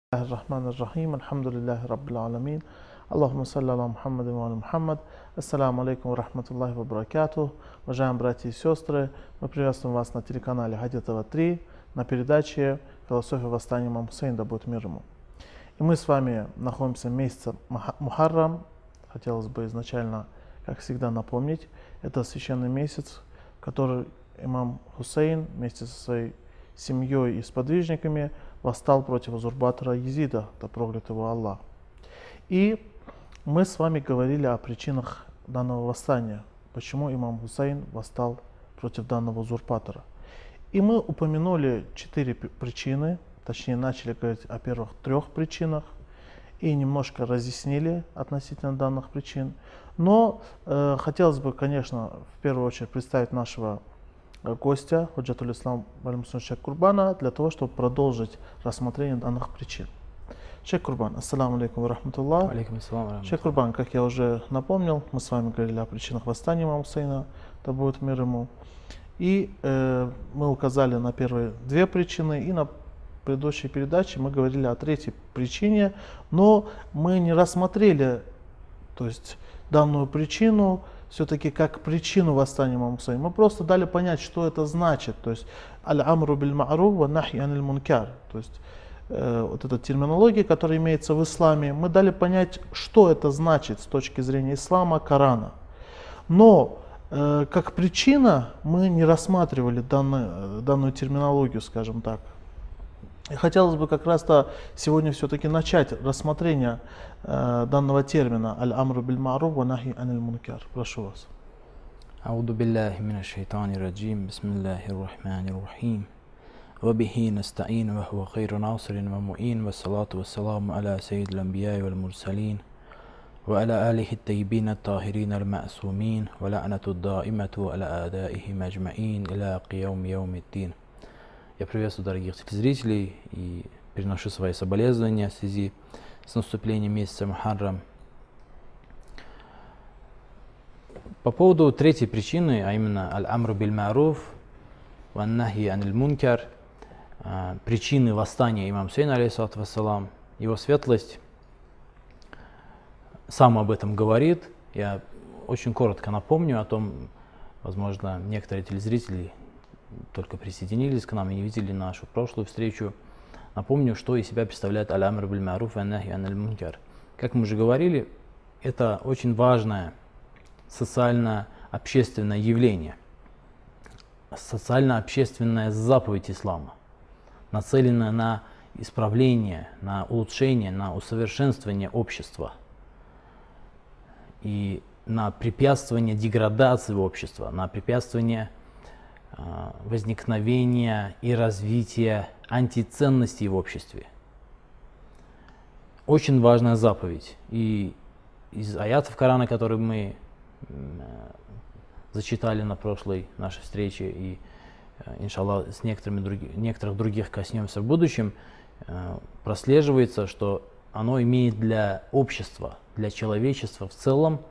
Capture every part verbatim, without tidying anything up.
الرحمن الرحيم الحمد لله رب العالمين اللهم صل على محمد وعلى محمد. Ассаламу алейкум ва рахматуллахи ва баракатух. Уважаемые братья и сестры, мы приветствуем вас на телеканале Хадитова три на передаче «Философия восстания имама Хусейна, да будет мир ему». И мы с вами находимся в месяце Мухаррам. Хотелось бы изначально, как всегда, напомнить, это священный месяц, в который имам Хусейн вместе со своей семьей и сподвижниками восстал против узурпатора Езида, да проклят его Аллах. И мы с вами говорили о причинах данного восстания, почему имам Хусейн восстал против данного узурпатора. И мы упомянули четыре причины, точнее начали говорить о первых трех причинах и немножко разъяснили относительно данных причин. Но э, хотелось бы, конечно, в первую очередь представить нашего гостя, Худжатуль Ислам Валимусун Шейх Курбана, для того, чтобы продолжить рассмотрение данных причин. Шейх Курбан, ассаламу алейкум ва рахматуллах. Алейкум ассалам. Шейх Курбан, как я уже напомнил, мы с вами говорили о причинах восстания имама Хусейна, да будет мир ему. И э, мы указали на первые две причины, и на предыдущей передаче мы говорили о третьей причине, но мы не рассмотрели, то есть, данную причину все-таки как причину восстания имама Хусейна. Мы просто дали понять, что это значит. То есть аль-амру биль-ма'руф ва нахи аниль мункар. То есть э, вот эта терминология, которая имеется в исламе, мы дали понять, что это значит с точки зрения ислама, Корана. Но э, как причина мы не рассматривали данную, данную терминологию, скажем так. И хотелось бы как раз-то сегодня все-таки начать рассмотрение э, данного термина аль-амру биль-ма'руф ва нахи аниль мункар. Прошу вас. Ауду биллахи минаш шайтани раджим. Бисмиллахир рахманир рахим. Ва бихи настаин ва хува хайру насирин ва муин ва салату ва саламу аля саййидил анбияи вал мурсалин ва аля алихи ат-таyyибин ат-tahирин аль-ма'сумин ва ла'нату ад-даимату аля адаихим аджмаин иля қияум яумиддин. Я приветствую дорогих телезрителей и приношу свои соболезнования в связи с наступлением месяца Мухаррам. По поводу третьей причины, а именно аль-амру биль-ма'руф ва нахи аниль мункар, причины восстания имама Хусейна, алейхиссалату вассалам, его светлость сам об этом говорит. Я очень коротко напомню о том, возможно, некоторые телезрители только присоединились к нам и не видели нашу прошлую встречу. Напомню, что из себя представляет аль-амр биль-ма'руф ва нахи аниль мункар. Как мы уже говорили, это очень важное социально-общественное явление, социально-общественная заповедь ислама, нацеленная на исправление, на улучшение, на усовершенствование общества и на препятствование деградации общества, на препятствование возникновения и развития антиценностей в обществе. Очень важная заповедь. И из аятов Корана, которые мы зачитали на прошлой нашей встрече, и, иншаллах, с некоторыми други, некоторых других коснемся в будущем, прослеживается, что оно имеет для общества, для человечества в целом,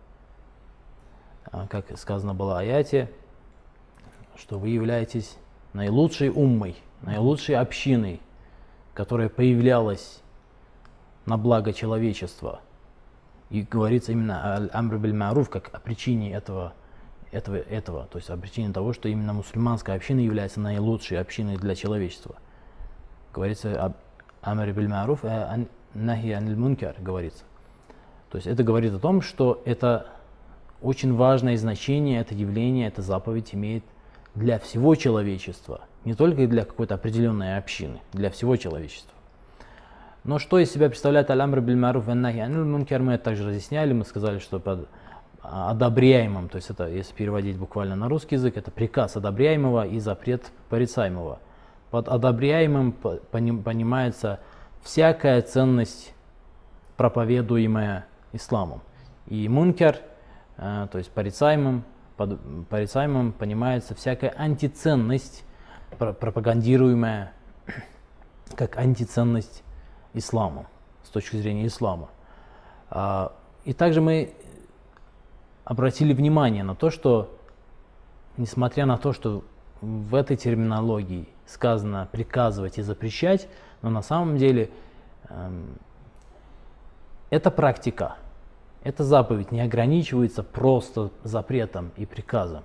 как сказано было в аяте, что вы являетесь наилучшей уммой, наилучшей общиной, которая появлялась на благо человечества. И говорится именно аль-амр биль-ма'руф как о причине этого, этого, этого, то есть о причине того, что именно мусульманская община является наилучшей общиной для человечества. Говорится об амр биль-ма'руф, а нахи аниль мункар говорится. То есть это говорит о том, что это очень важное значение, это явление, эта заповедь имеет для всего человечества, не только для какой-то определенной общины, для всего человечества. Но что из себя представляет аль-амр биль-ма'руф ва нахи аниль мункар, мы это также разъясняли, мы сказали, что под одобряемым, то есть это, если переводить буквально на русский язык, это приказ одобряемого и запрет порицаемого. Под одобряемым понимается всякая ценность, проповедуемая исламом. И мункар, то есть порицаемым, под порицаемым понимается всякая антиценность, пропагандируемая как антиценность исламу, с точки зрения ислама. И также мы обратили внимание на то, что, несмотря на то, что в этой терминологии сказано приказывать и запрещать, но на самом деле Эта практика, эта заповедь не ограничивается просто запретом и приказом.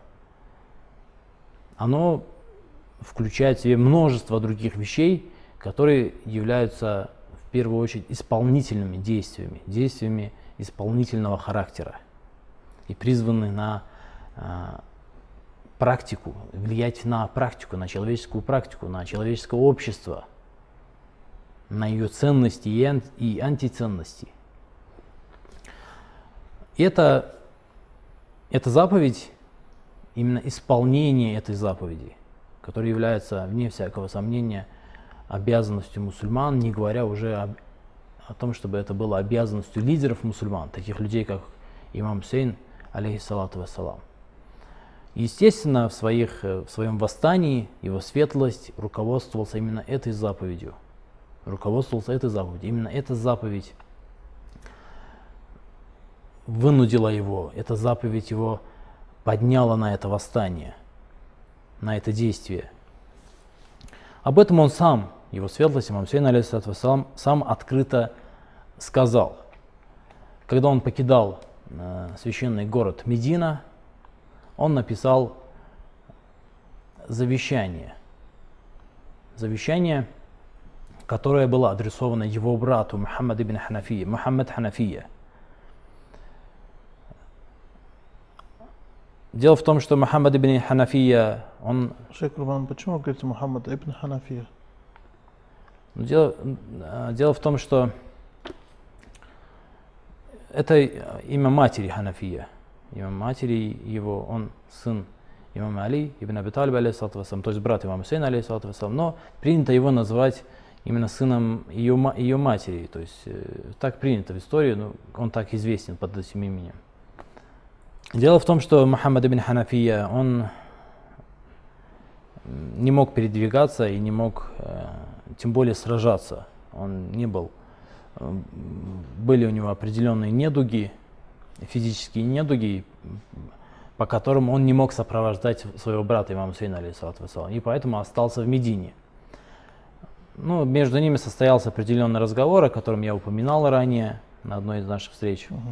Оно включает в себе множество других вещей, которые являются в первую очередь исполнительными действиями, действиями исполнительного характера и призваны на э, практику, влиять на практику, на человеческую практику, на человеческое общество, на ее ценности и, ан и антиценности. Это, эта заповедь, именно исполнение этой заповеди, которая является, вне всякого сомнения, обязанностью мусульман, не говоря уже об, о том, чтобы это было обязанностью лидеров мусульман, таких людей, как имам Хусейн, алейхиссалату вассалам. Естественно, в, своих, в своем восстании его светлость руководствовался именно этой заповедью. Руководствовался этой заповедью. Именно эта заповедь вынудила его, эта заповедь его подняла на это восстание, на это действие. Об этом он сам, его светлость, имам Хусейн, алейхиссалату вассалам, сам открыто сказал. Когда он покидал э, священный город Медина, он написал завещание. Завещание, которое было адресовано его брату Мухаммад ибн Ханафия, Мухаммад Ханафия. Дело в том, что Мухаммад ибн Ханафия, он... Шейх Рубан, почему вы говорите Мухаммад ибн Ханафия? Дело, дело в том, что это имя матери Ханафия. Имя матери его, он сын имама Али ибн Аби Талиба, алейхиссалату вассалам, то есть брат имама Хусейна, алейхиссалату вассалам, но принято его назвать именно сыном ее, ее матери. То есть так принято в истории, но он так известен под этим именем. Дело в том, что Мухаммад ибн Ханафия, он не мог передвигаться и не мог, тем более, сражаться. Он не был, были у него определенные недуги, физические недуги, по которым он не мог сопровождать своего брата имама Хусейна, алейхиссалату вассалам, и поэтому остался в Медине. Ну, между ними состоялся определенный разговор, о котором я упоминал ранее на одной из наших встреч. Uh-huh.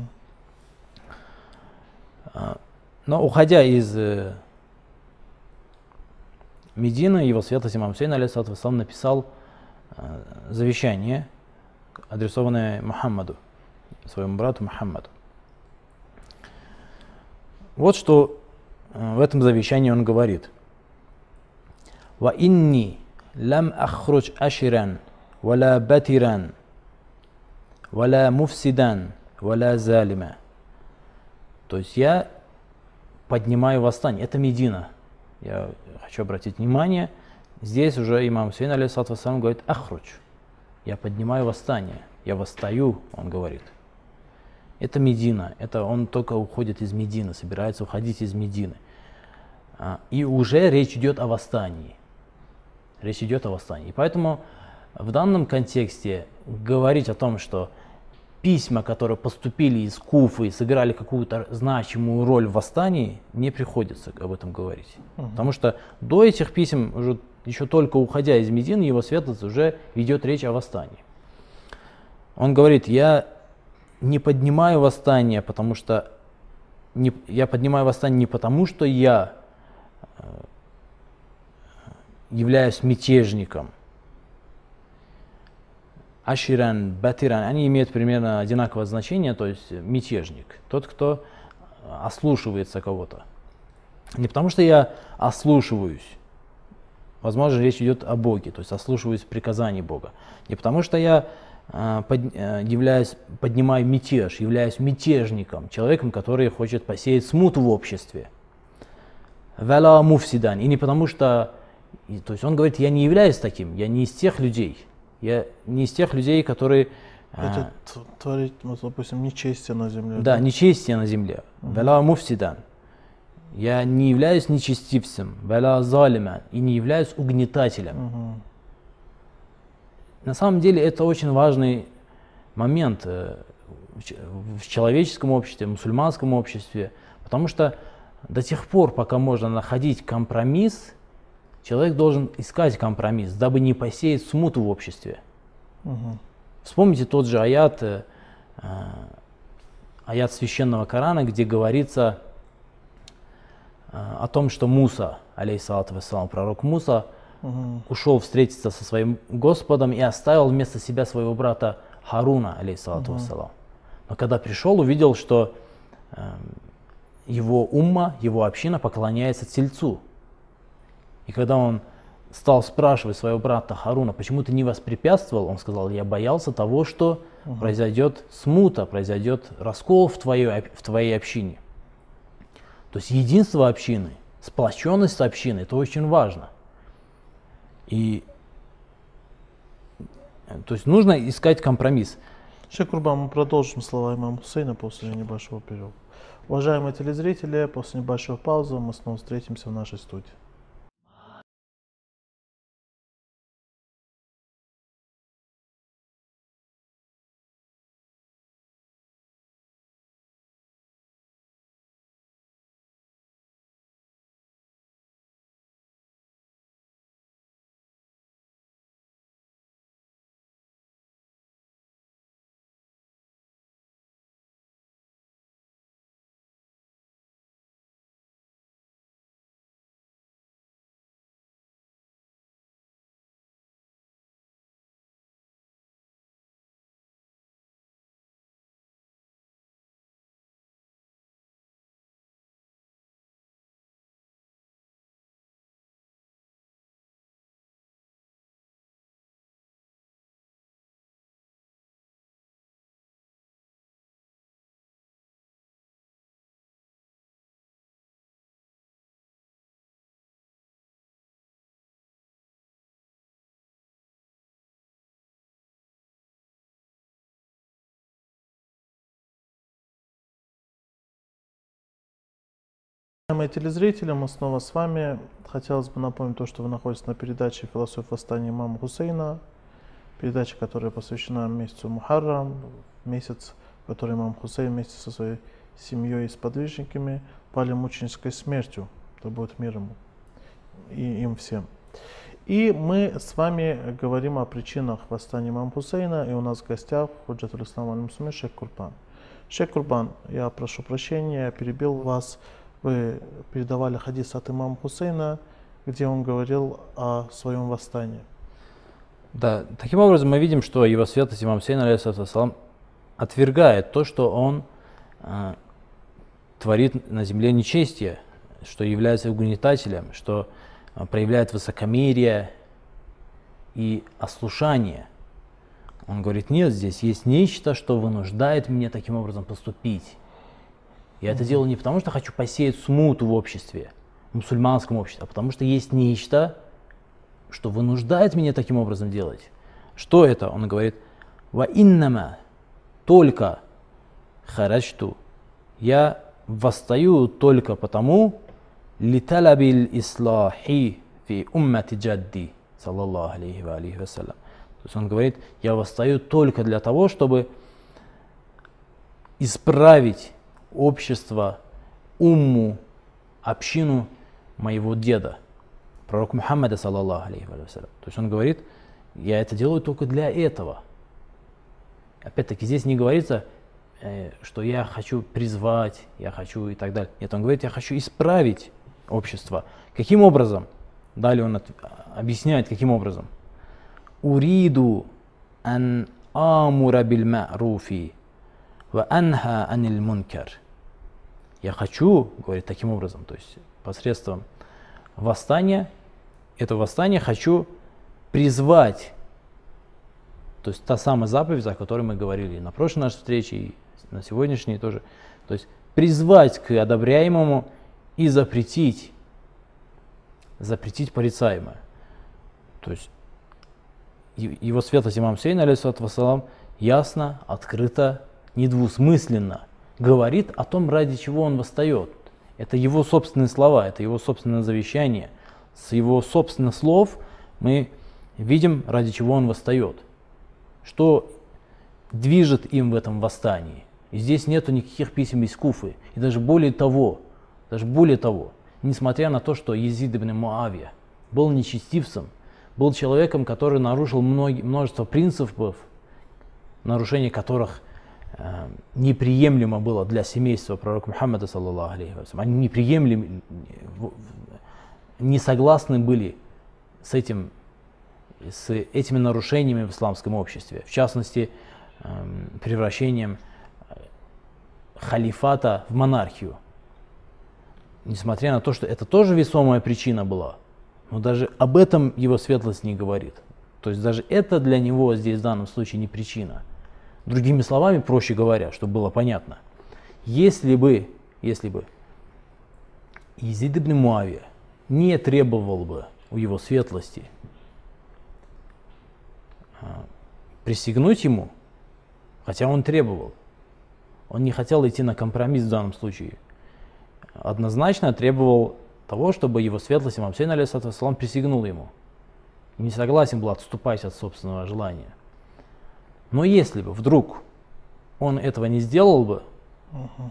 Но уходя из э, Медины, его светлость имам Хусейн, алейхиссалату вассалам, написал э, завещание, адресованное Мухаммаду, своему брату Мухаммаду. Вот что э, в этом завещании он говорит. «Ва инни лам ахруч аширан, валя батиран, валя муфсидан, валя залима». То есть я поднимаю восстание. Это Медина. Я хочу обратить внимание. Здесь уже имам Хусейн, алейхиссалату вассалам, говорит ахруч. Я поднимаю восстание. Я восстаю, он говорит. Это Медина. Это он только уходит из Медины, собирается уходить из Медины. И уже речь идет о восстании. Речь идет о восстании. И поэтому в данном контексте говорить о том, что письма, которые поступили из Куфы и сыграли какую-то значимую роль в восстании, не приходится об этом говорить. Uh-huh. Потому что до этих писем, уже еще только уходя из Медины, его светлость уже ведет речь о восстании. Он говорит, я не поднимаю восстание, потому что не, я поднимаю восстание не потому, что я э, являюсь мятежником. Аширан, батиран, они имеют примерно одинаковое значение, то есть мятежник, тот, кто ослушивается кого-то. Не потому что я ослушиваюсь, возможно, речь идет о Боге, то есть ослушиваюсь приказаний Бога. Не потому что я э, под, э, являюсь, поднимаю мятеж, являюсь мятежником, человеком, который хочет посеять смуту в обществе. Вала муфсидан, и не потому что, и, то есть он говорит, я не являюсь таким, я не из тех людей. Я не из тех людей, которые... Хотят а, творить, ну, допустим, нечестие на земле. Да, да? нечестие на земле. Вала муфсидан. Я не являюсь нечестивцем. Вала залима. И не являюсь угнетателем. Uh-huh. На самом деле это очень важный момент в человеческом обществе, в мусульманском обществе. Потому что до тех пор, пока можно находить компромисс, человек должен искать компромисс, дабы не посеять смуту в обществе. Угу. Вспомните тот же аят, э, аят священного Корана, где говорится э, о том, что Муса, алейхиссалату вассалам, пророк Муса, угу. ушел встретиться со своим Господом и оставил вместо себя своего брата Харуна, алейхиссалату угу. вассалам. Но когда пришел, увидел, что э, его умма, его община поклоняется тельцу. И когда он стал спрашивать своего брата Харуна, почему ты не воспрепятствовал, он сказал, я боялся того, что угу. произойдет смута, произойдет раскол в твоей, в твоей общине. То есть единство общины, сплоченность общины, это очень важно. И то есть нужно искать компромисс. Шейх Курбан, мы продолжим слова имама Хусейна после небольшого перерыва. Уважаемые телезрители, после небольшой паузы мы снова встретимся в нашей студии. Уважаемые телезрители, мы снова с вами. Хотелось бы напомнить то, что вы находитесь на передаче «Философия восстания имама Хусейна», передача, которая посвящена месяцу Мухаррам, месяц, в который имам Хусейн вместе со своей семьей и сподвижниками пали мученической смертью, да будет мир ему и им всем. И мы с вами говорим о причинах восстания имама Хусейна, и у нас в гостях Худжатуль Ислам аль-Муслимин Шейх Курбан. Шейх Курбан, я прошу прощения, я перебил вас. Вы передавали хадис от имама Хусейна, где он говорил о своем восстании. Да, таким образом мы видим, что его святость имам Хусейн алейхиссалам отвергает то, что он э, творит на земле нечестие, что является угнетателем, что э, проявляет высокомерие и ослушание. Он говорит, нет, здесь есть нечто, что вынуждает меня таким образом поступить. Я это делаю не потому, что хочу посеять смуту в обществе, в мусульманском обществе, а потому что есть нечто, что вынуждает меня таким образом делать. Что это? Он говорит, «Ва иннама» только хараджту, я восстаю только потому, литалабил ислахи фи уммати джадди, саллаллаху алейхи ва алейхи вассалям. То есть он говорит, я восстаю только для того, чтобы исправить общество, умму, общину моего деда, пророка Мухаммада, саллаллаху алейхи вассалям. То есть он говорит, я это делаю только для этого. Опять-таки здесь не говорится, э, что я хочу призвать, я хочу и так далее. Нет, он говорит, я хочу исправить общество. Каким образом? Далее он от, объясняет, каким образом. Уриду ан амура биль ма'руфи ва анха аниль мункар. Я хочу, говорит таким образом, то есть посредством восстания, это восстание хочу призвать, то есть та самая заповедь, о которой мы говорили на прошлой нашей встрече и на сегодняшней тоже, то есть призвать к одобряемому и запретить, запретить порицаемое. То есть его святость имам Хусейн алейхиссалату вассалам ясно, открыто, недвусмысленно говорит о том, ради чего он восстает. Это его собственные слова, это его собственное завещание. С его собственных слов мы видим, ради чего он восстает. Что движет им в этом восстании. И здесь нету никаких писем из Куфы. И даже более того, даже более того, несмотря на то, что Езид ибн Муавия был нечестивцем, был человеком, который нарушил многие, множество принципов нарушение которых э, неприемлемо было для семейства пророка Мухаммада, саллаллаху алейхи ва саллям. Они неприемлемы, не согласны были с, этим, с этими нарушениями в исламском обществе. В частности, э, превращением халифата в монархию. Несмотря на то, что это тоже весомая причина была, но даже об этом его светлость не говорит. То есть даже это для него здесь в данном случае не причина. Другими словами, проще говоря, чтобы было понятно, если бы, если бы Язид ибн Муавия не требовал бы у его светлости присягнуть ему, хотя он требовал, он не хотел идти на компромисс в данном случае, однозначно требовал того, чтобы его светлость имам Хусейн алейхиссалату вассалам присягнул ему. Не согласен был отступать от собственного желания. Но если бы вдруг он этого не сделал бы uh-huh.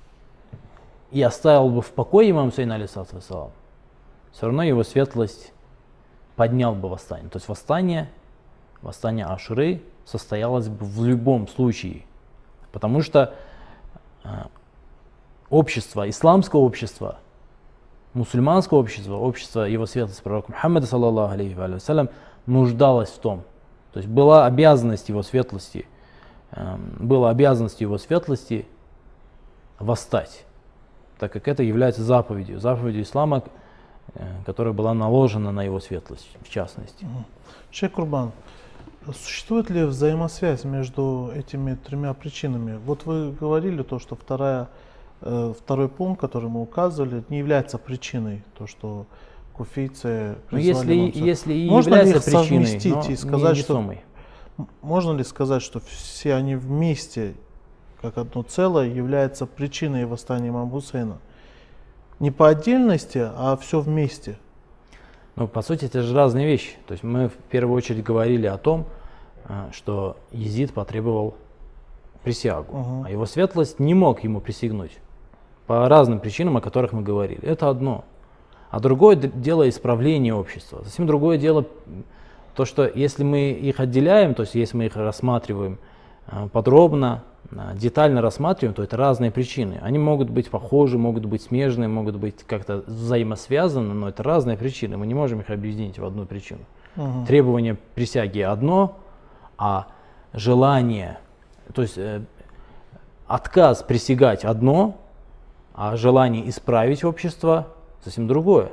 и оставил бы в покое имам Хусейн алейхиссалату вассалам, все равно его светлость поднял бы восстание. То есть восстание, восстание Ашуры состоялось бы в любом случае. Потому что э, общество, исламское общество, мусульманское общество, общество его светлости пророка Мухаммада, саллаллаху алейхи ва саллям, нуждалось в том. То есть была обязанность его светлости, э, была обязанность его светлости восстать, так как это является заповедью, заповедью ислама, э, которая была наложена на его светлость, в частности. Шейх Курбан, существует ли взаимосвязь между этими тремя причинами? Вот вы говорили то, что вторая, э, второй пункт, который мы указывали, не является причиной, то, что куфийцы призвали если, если и можно является ли их причиной, совместить и сказать, не, не что можно ли сказать, что все они вместе, как одно целое, являются причиной восстания имама Хусейна? Не по отдельности, а все вместе. Ну, по сути, это же разные вещи. То есть мы в первую очередь говорили о том, что Езид потребовал присягу, uh-huh. а его светлость не мог ему присягнуть по разным причинам, о которых мы говорили. Это одно. А другое дело исправление общества. Совсем другое дело то, что если мы их отделяем, то есть если мы их рассматриваем подробно, детально рассматриваем, то это разные причины. Они могут быть похожи, могут быть смежные, могут быть как-то взаимосвязаны, но это разные причины. Мы не можем их объединить в одну причину. Uh-huh. Требование присяги одно, а желание, то есть э, отказ присягать одно, а желание исправить общество совсем другое.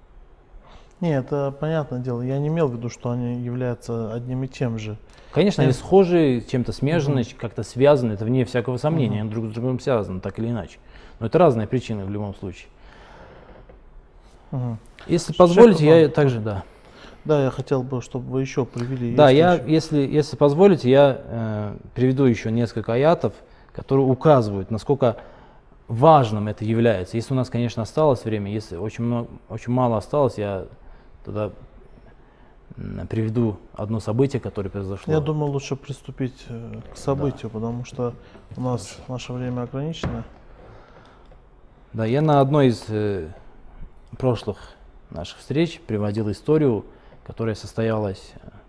Нет, это понятное дело. Я не имел в виду, что они являются одним и тем же. Конечно, они схожи, чем-то смежны, uh-huh. как-то связаны, это вне всякого сомнения, uh-huh. они друг с другом связаны, так или иначе. Но это разные причины в любом случае. Uh-huh. Если Шейх позволите, Курбан, я также, да. Да, я хотел бы, чтобы вы еще привели. Да, я, если, если позволите, я э, приведу еще несколько аятов, которые указывают, насколько важным это является. Если у нас, конечно, осталось время, если очень, много, очень мало осталось, я тогда приведу одно событие, которое произошло. Я думаю, лучше приступить к событию, да. потому что у нас Хорошо. наше время ограничено. Да, я на одной из э, прошлых наших встреч приводил историю, которая состоялась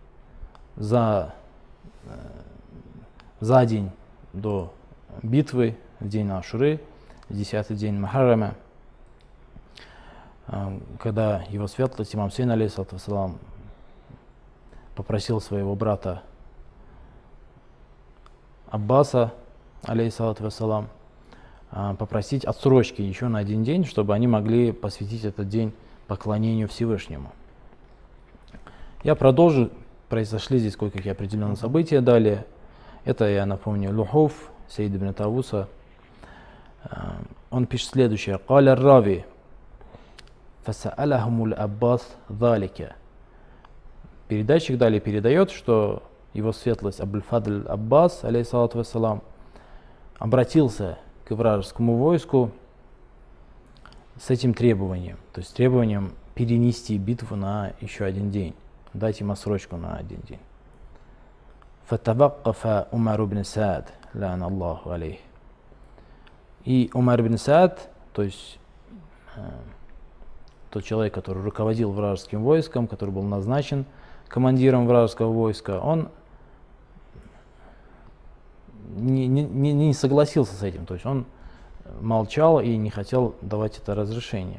за, э, за день до битвы, в день Ашуры, десятый день Мухаррама, э, когда его светлость имам Хусейн алейхиссалату вассалам попросил своего брата Аббаса алейхиссалату вассалам попросить отсрочки еще на один день, чтобы они могли посвятить этот день поклонению Всевышнему. Я продолжу. Произошли здесь кое-какие определенные события далее. Это, я напомню, Лухуф, Саид ибн Тавуса. Он пишет следующее. «Каля рави, фаса'алахумул Аббас залика». Передатчик далее передает, что его светлость Абуль-Фадль Аббас, алейхиссалату вассалам, обратился к вражескому войску с этим требованием, то есть требованием перенести битву на еще один день, дать им отсрочку на один день. Фатаваккафа Умар ибн Саад, ла'ан Аллаху алейх. И Умар ибн Саад, то есть э, тот человек, который руководил вражеским войском, который был назначен командиром вражеского войска, он не, не, не не согласился с этим, то есть он молчал и не хотел давать это разрешение.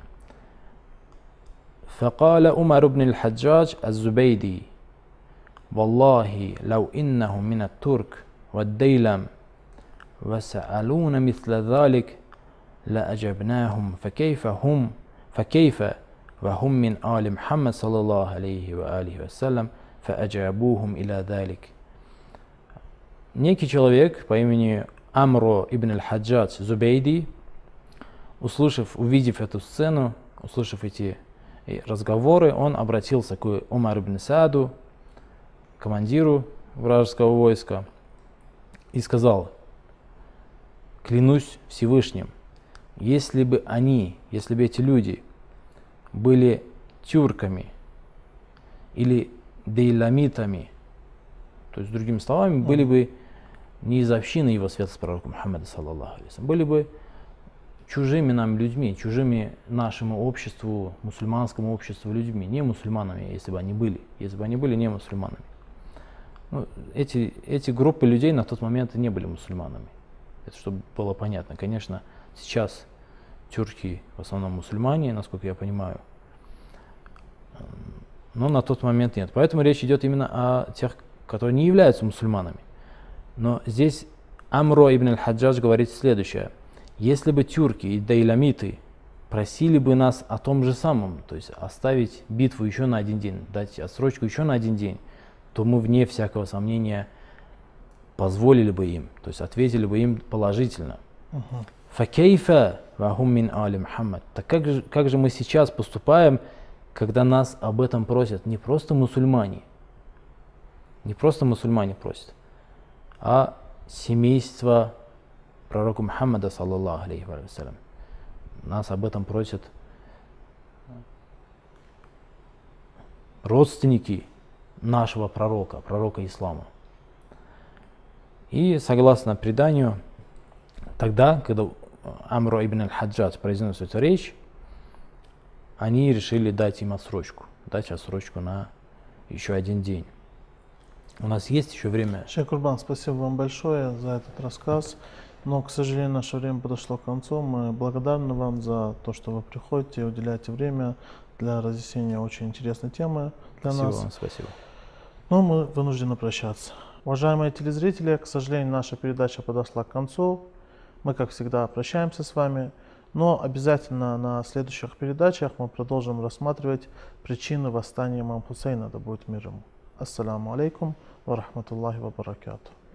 فقال عمر بن الحجاج الزبيدي والله لو إنهم من الترك والديلم وسألون مثل ذلك لأجبناهم فكيف هم فكيف وهم من آل محمد صلى الله عليه وآله وسلم فأجابوهم إلى ذلك. Некий человек по имени Амро ибн аль-Хаджадж Зубейди, услышав, увидев эту сцену, услышав эти разговоры, он обратился к Умар ибн Сааду, командиру вражеского войска, и сказал: клянусь Всевышним, если бы они, если бы эти люди были тюрками или дейламитами, то есть, другими словами, были бы не из общины его светлости пророка Мухаммада, саллаллаху алейхи ва саллям, были бы чужими нам людьми, чужими нашему обществу, мусульманскому обществу людьми, не мусульманами, если бы они были, если бы они были не мусульманами. Ну, эти, эти группы людей на тот момент не были мусульманами. Это чтобы было понятно. Конечно, сейчас тюрки в основном мусульмане, насколько я понимаю, но на тот момент нет. Поэтому речь идет именно о тех, которые не являются мусульманами. Но здесь Амро ибн аль-Хаджадж говорит следующее: если бы тюрки и дейламиты просили бы нас о том же самом, то есть оставить битву еще на один день, дать отсрочку еще на один день, то мы вне всякого сомнения позволили бы им, то есть ответили бы им положительно. Факейфа вахум мин али Мухаммад. Так как же, как же мы сейчас поступаем, когда нас об этом просят не просто мусульмане, не просто мусульмане просят, а семейство пророка Мухаммада, саллаллаху алейхи ва саллям. Нас об этом просят родственники нашего пророка, пророка ислама. И согласно преданию, тогда, когда Амро ибн аль-Хаджадж произнес эту речь, они решили дать им отсрочку, дать отсрочку на еще один день. У нас есть еще время. Шейх Курбан, спасибо вам большое за этот рассказ. Но, к сожалению, наше время подошло к концу. Мы благодарны вам за то, что вы приходите и уделяете время для разъяснения очень интересной темы для спасибо нас. Вам, спасибо. Но мы вынуждены прощаться. Уважаемые телезрители, к сожалению, наша передача подошла к концу. Мы, как всегда, прощаемся с вами. Но обязательно на следующих передачах мы продолжим рассматривать причины восстания имама Хусейна, да будет мир ему. Ассаламу алейкум ва рахматуллахи ва баракату.